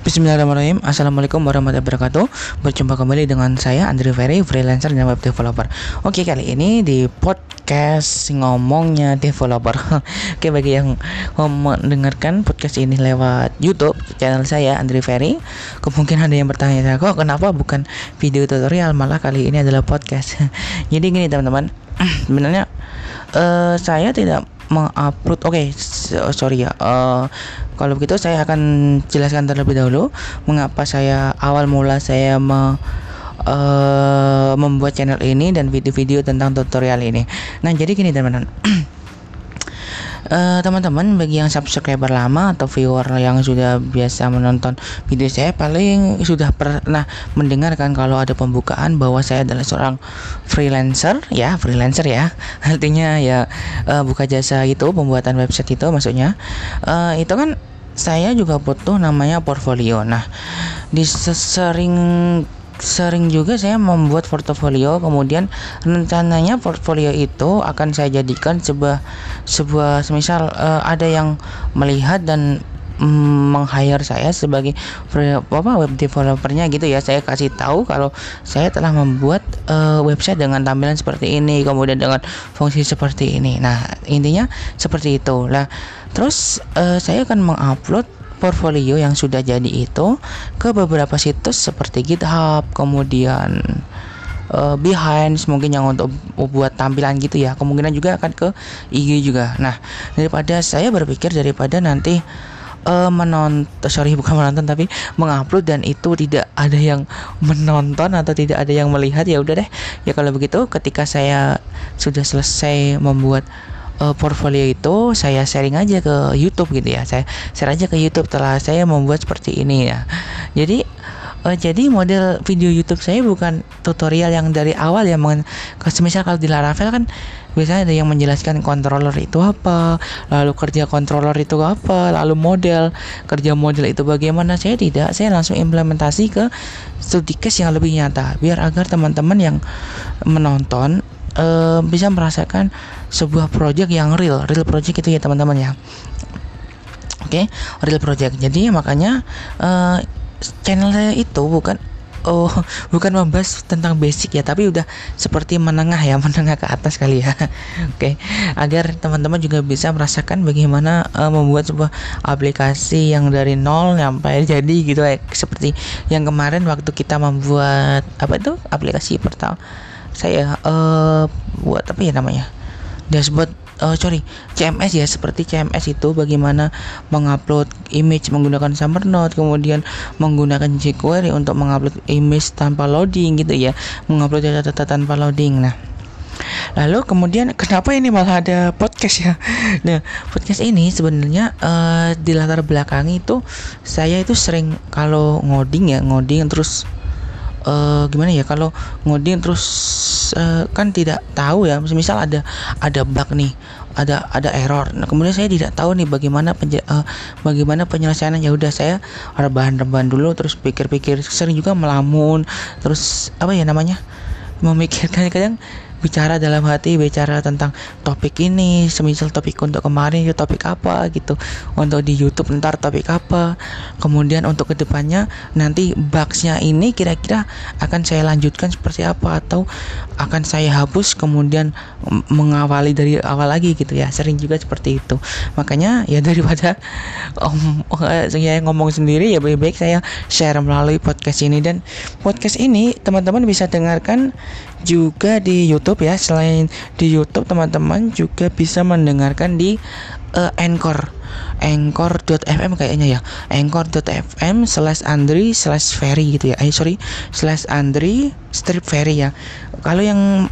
Bismillahirrahmanirrahim. Assalamualaikum warahmatullahi wabarakatuh. Berjumpa kembali dengan saya Andri Ferry, freelancer dan web developer. Oke, kali ini di podcast ngomongnya developer. Oke, bagi yang mendengarkan podcast ini lewat YouTube channel saya Andri Ferry, kemungkinan ada yang bertanya, kok kenapa bukan video tutorial, malah kali ini adalah podcast. Jadi gini teman-teman, sebenarnya saya tidak mengupload. Sorry ya. Kalau begitu saya akan jelaskan terlebih dahulu mengapa saya awal mula saya membuat channel ini dan video-video tentang tutorial ini. Nah, jadi gini teman-teman. Teman-teman, bagi yang subscriber lama atau viewer yang sudah biasa menonton video saya, paling sudah pernah mendengarkan kalau ada pembukaan bahwa saya adalah seorang freelancer ya. Artinya ya buka jasa itu, pembuatan website itu maksudnya. Itu kan saya juga butuh namanya portfolio. Nah, sering juga saya membuat portofolio, kemudian rencananya portfolio itu akan saya jadikan sebuah semisal ada yang melihat dan meng-hire saya sebagai web developernya gitu ya. Saya kasih tahu kalau saya telah membuat website dengan tampilan seperti ini, kemudian dengan fungsi seperti ini. Nah, intinya seperti itu lah. Terus saya akan mengupload portfolio yang sudah jadi itu ke beberapa situs seperti GitHub, kemudian Behance mungkin yang untuk buat tampilan gitu ya. Kemungkinan juga akan ke IG juga. Nah, daripada nanti mengupload dan itu tidak ada yang menonton atau tidak ada yang melihat, ya udah deh. Ya kalau begitu, ketika saya sudah selesai membuat portfolio itu, saya sharing aja ke YouTube gitu ya. Saya share aja ke YouTube setelah saya membuat seperti ini ya. Jadi model video YouTube saya bukan tutorial yang dari awal ya. Semisal kalau di Laravel kan biasanya ada yang menjelaskan controller itu apa, lalu kerja controller itu apa, lalu kerja model itu bagaimana. Saya tidak, saya langsung implementasi ke studi case yang lebih nyata, biar agar teman-teman yang menonton bisa merasakan sebuah project yang real project itu ya teman-teman ya. Oke, real project. Jadi makanya channel saya itu bukan membahas tentang basic ya, tapi udah seperti menengah ke atas kali ya. Oke, agar teman-teman juga bisa merasakan bagaimana membuat sebuah aplikasi yang dari nol sampai jadi gitu ya. Seperti yang kemarin waktu kita membuat aplikasi pertama saya buat dashboard CMS ya, seperti CMS itu bagaimana mengupload image menggunakan Xamarin, kemudian menggunakan jQuery untuk mengupload image tanpa loading gitu ya, mengupload data tanpa loading. Nah, lalu kemudian kenapa ini malah ada podcast ya? Nah, podcast ini sebenarnya di latar belakang itu saya itu sering kalau ngoding terus gimana ya, kalau ngoding terus kan tidak tahu ya, misal ada bug nih, ada error. Nah, kemudian saya tidak tahu nih bagaimana penyelesaiannya. Ya udah, saya rebahan dulu, terus pikir-pikir, sering juga melamun, terus memikirkan, kadang bicara dalam hati, bicara tentang topik ini, semisal topik untuk kemarin itu topik apa gitu, untuk di YouTube ntar topik apa, kemudian untuk kedepannya nanti bugsnya ini kira-kira akan saya lanjutkan seperti apa, atau akan saya hapus kemudian mengawali dari awal lagi gitu ya. Sering juga seperti itu. Makanya ya daripada saya ngomong sendiri, ya lebih baik saya share melalui podcast ini. Dan podcast ini teman-teman bisa dengarkan juga di YouTube ya. Selain di YouTube, teman-teman juga bisa mendengarkan di Anchor.fm kayaknya ya, Anchor.fm/Andri/Ferry gitu ya. /Andri/Ferry ya. Kalau yang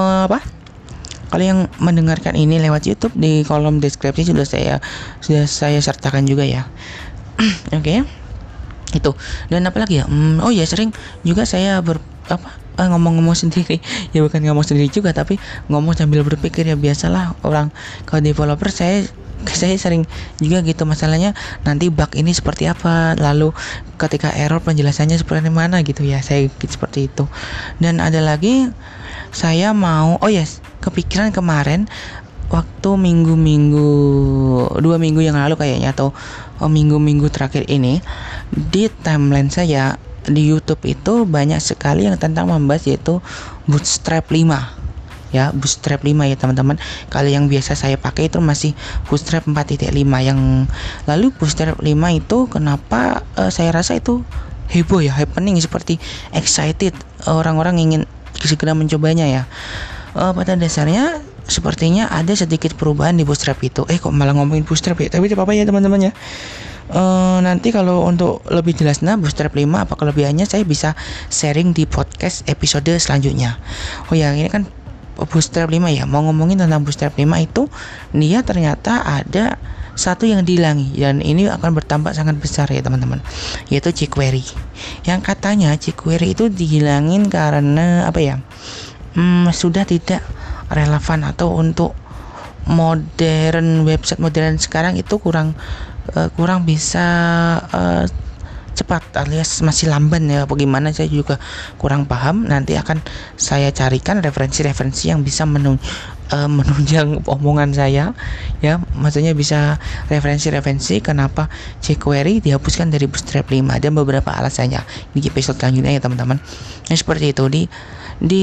mendengarkan ini lewat YouTube, di kolom deskripsi sudah saya sertakan juga ya. Oke. Itu. Dan apalagi ya? Sering juga saya ngomong sendiri. Ya bukan ngomong sendiri juga, tapi ngomong sambil berpikir ya. Biasalah orang kalau developer, saya sering juga gitu. Masalahnya nanti bug ini seperti apa, lalu ketika error penjelasannya seperti mana gitu ya. Saya seperti itu. Dan ada lagi, saya mau kepikiran kemarin waktu minggu 2 minggu yang lalu kayaknya, atau minggu-minggu terakhir ini, di timeline saya di YouTube itu banyak sekali yang tentang membahas yaitu Bootstrap 5 ya, Bootstrap 5 ya teman-teman. Kalau yang biasa saya pakai itu masih Bootstrap 4.5. yang lalu Bootstrap 5 itu kenapa saya rasa itu heboh ya, happening, seperti excited, orang-orang ingin segera mencobanya ya. Pada dasarnya sepertinya ada sedikit perubahan di Bootstrap itu. Kok malah ngomongin Bootstrap ya, tapi tidak apa-apa ya teman-teman ya. Nanti kalau untuk lebih jelasnya Bootstrap 5 apa kelebihannya, saya bisa sharing di podcast episode selanjutnya. Oh ya, ini kan Bootstrap 5 ya. Mau ngomongin tentang Bootstrap 5 itu, dia ternyata ada satu yang dihilangi, dan ini akan bertambah sangat besar ya teman-teman, yaitu jQuery. Yang katanya jQuery itu dihilangin karena apa ya, sudah tidak relevan, atau untuk modern website modern sekarang itu kurang bisa cepat, alias masih lamban ya, bagaimana saya juga kurang paham. Nanti akan saya carikan referensi-referensi yang bisa menunjang omongan saya ya, maksudnya bisa referensi kenapa jQuery dihapuskan dari Bootstrap 5 dan beberapa alasannya di episode selanjutnya ya teman-teman. Seperti itu di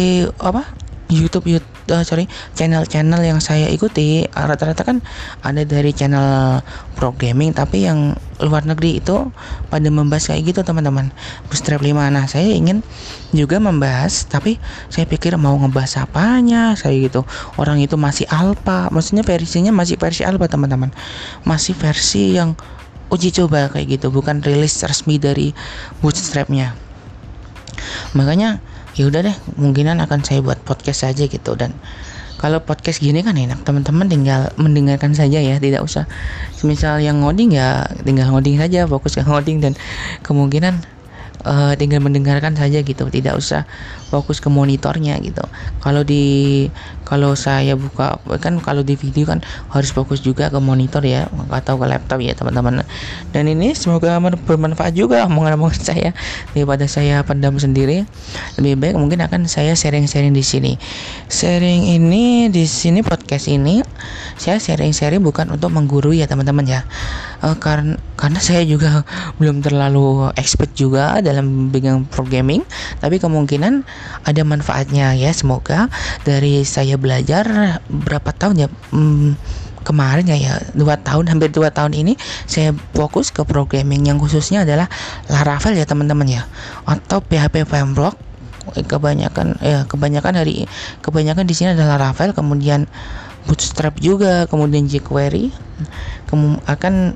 channel-channel yang saya ikuti rata-rata kan ada dari channel programming, tapi yang luar negeri itu pada membahas kayak gitu teman-teman, Bootstrap 5. Nah, saya ingin juga membahas, tapi saya pikir mau ngebahas apanya saya gitu. Orang itu masih alpha, maksudnya versinya masih versi alpha teman-teman, masih versi yang uji coba kayak gitu, bukan rilis resmi dari Bootstrapnya. Makanya ya udah deh, kemungkinan akan saya buat podcast saja gitu. Dan kalau podcast gini kan enak, teman-teman tinggal mendengarkan saja ya, tidak usah misal yang ngoding ya tinggal ngoding saja, fokus ke ngoding, dan kemungkinan tinggal mendengarkan saja gitu, tidak usah fokus ke monitornya gitu. Kalau saya buka kan, kalau di video kan harus fokus juga ke monitor ya, atau ke laptop ya teman-teman. Dan ini semoga bermanfaat juga omongan-omongan saya, daripada saya pendam sendiri. Lebih baik mungkin akan saya sharing-sharing di sini. Sharing ini di sini, podcast ini saya sharing-sharing bukan untuk menggurui ya teman-teman ya. Karena saya juga belum terlalu expert juga dalam bidang programming, tapi kemungkinan ada manfaatnya ya. Semoga dari saya belajar berapa tahun ya, kemarin ya 2 tahun, hampir 2 tahun ini saya fokus ke programming yang khususnya adalah Laravel ya teman-teman ya, atau PHP Framework. Kebanyakan di sini adalah Laravel, kemudian Bootstrap juga, kemudian jQuery akan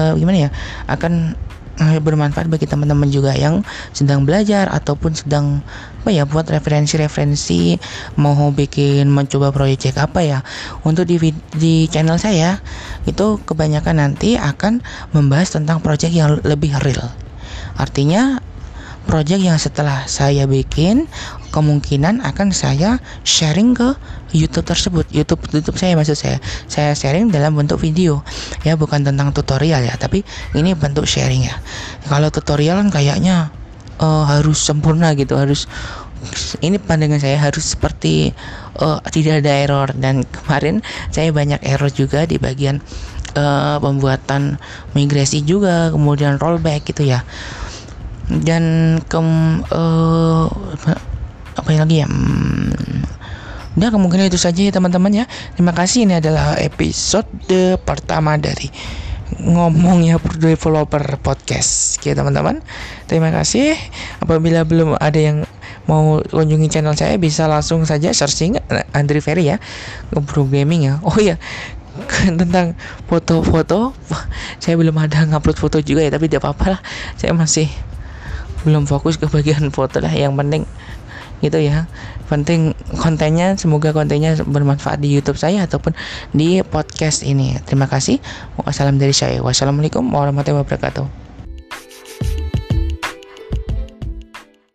bermanfaat bagi teman-teman juga yang sedang belajar ataupun sedang buat referensi mau mencoba proyek apa ya. Untuk di channel saya itu kebanyakan nanti akan membahas tentang proyek yang lebih real, artinya project yang setelah saya bikin kemungkinan akan saya sharing ke YouTube tersebut, YouTube saya, maksud saya sharing dalam bentuk video ya, bukan tentang tutorial ya, tapi ini bentuk sharing ya. Kalau tutorial kan kayaknya harus sempurna gitu, ini pandangan saya harus seperti tidak ada error, dan kemarin saya banyak error juga di bagian pembuatan migrasi juga, kemudian rollback gitu ya. Dan apa lagi ya, udah kemungkinan itu saja ya teman-teman ya. Terima kasih, ini adalah episode pertama dari ngomongnya developer podcast. Oke teman-teman, terima kasih. Apabila belum ada yang mau kunjungi channel saya, bisa langsung saja searching Andri Ferry ya, programming ya. Oh ya, tentang foto-foto saya belum ada ngupload foto juga ya, tapi tidak apa-apa lah, saya masih belum fokus ke bagian foto lah. Yang penting gitu ya, penting kontennya, semoga kontennya bermanfaat di YouTube saya ataupun di podcast ini. Terima kasih. Wassalam dari saya. Wassalamualaikum warahmatullahi wabarakatuh.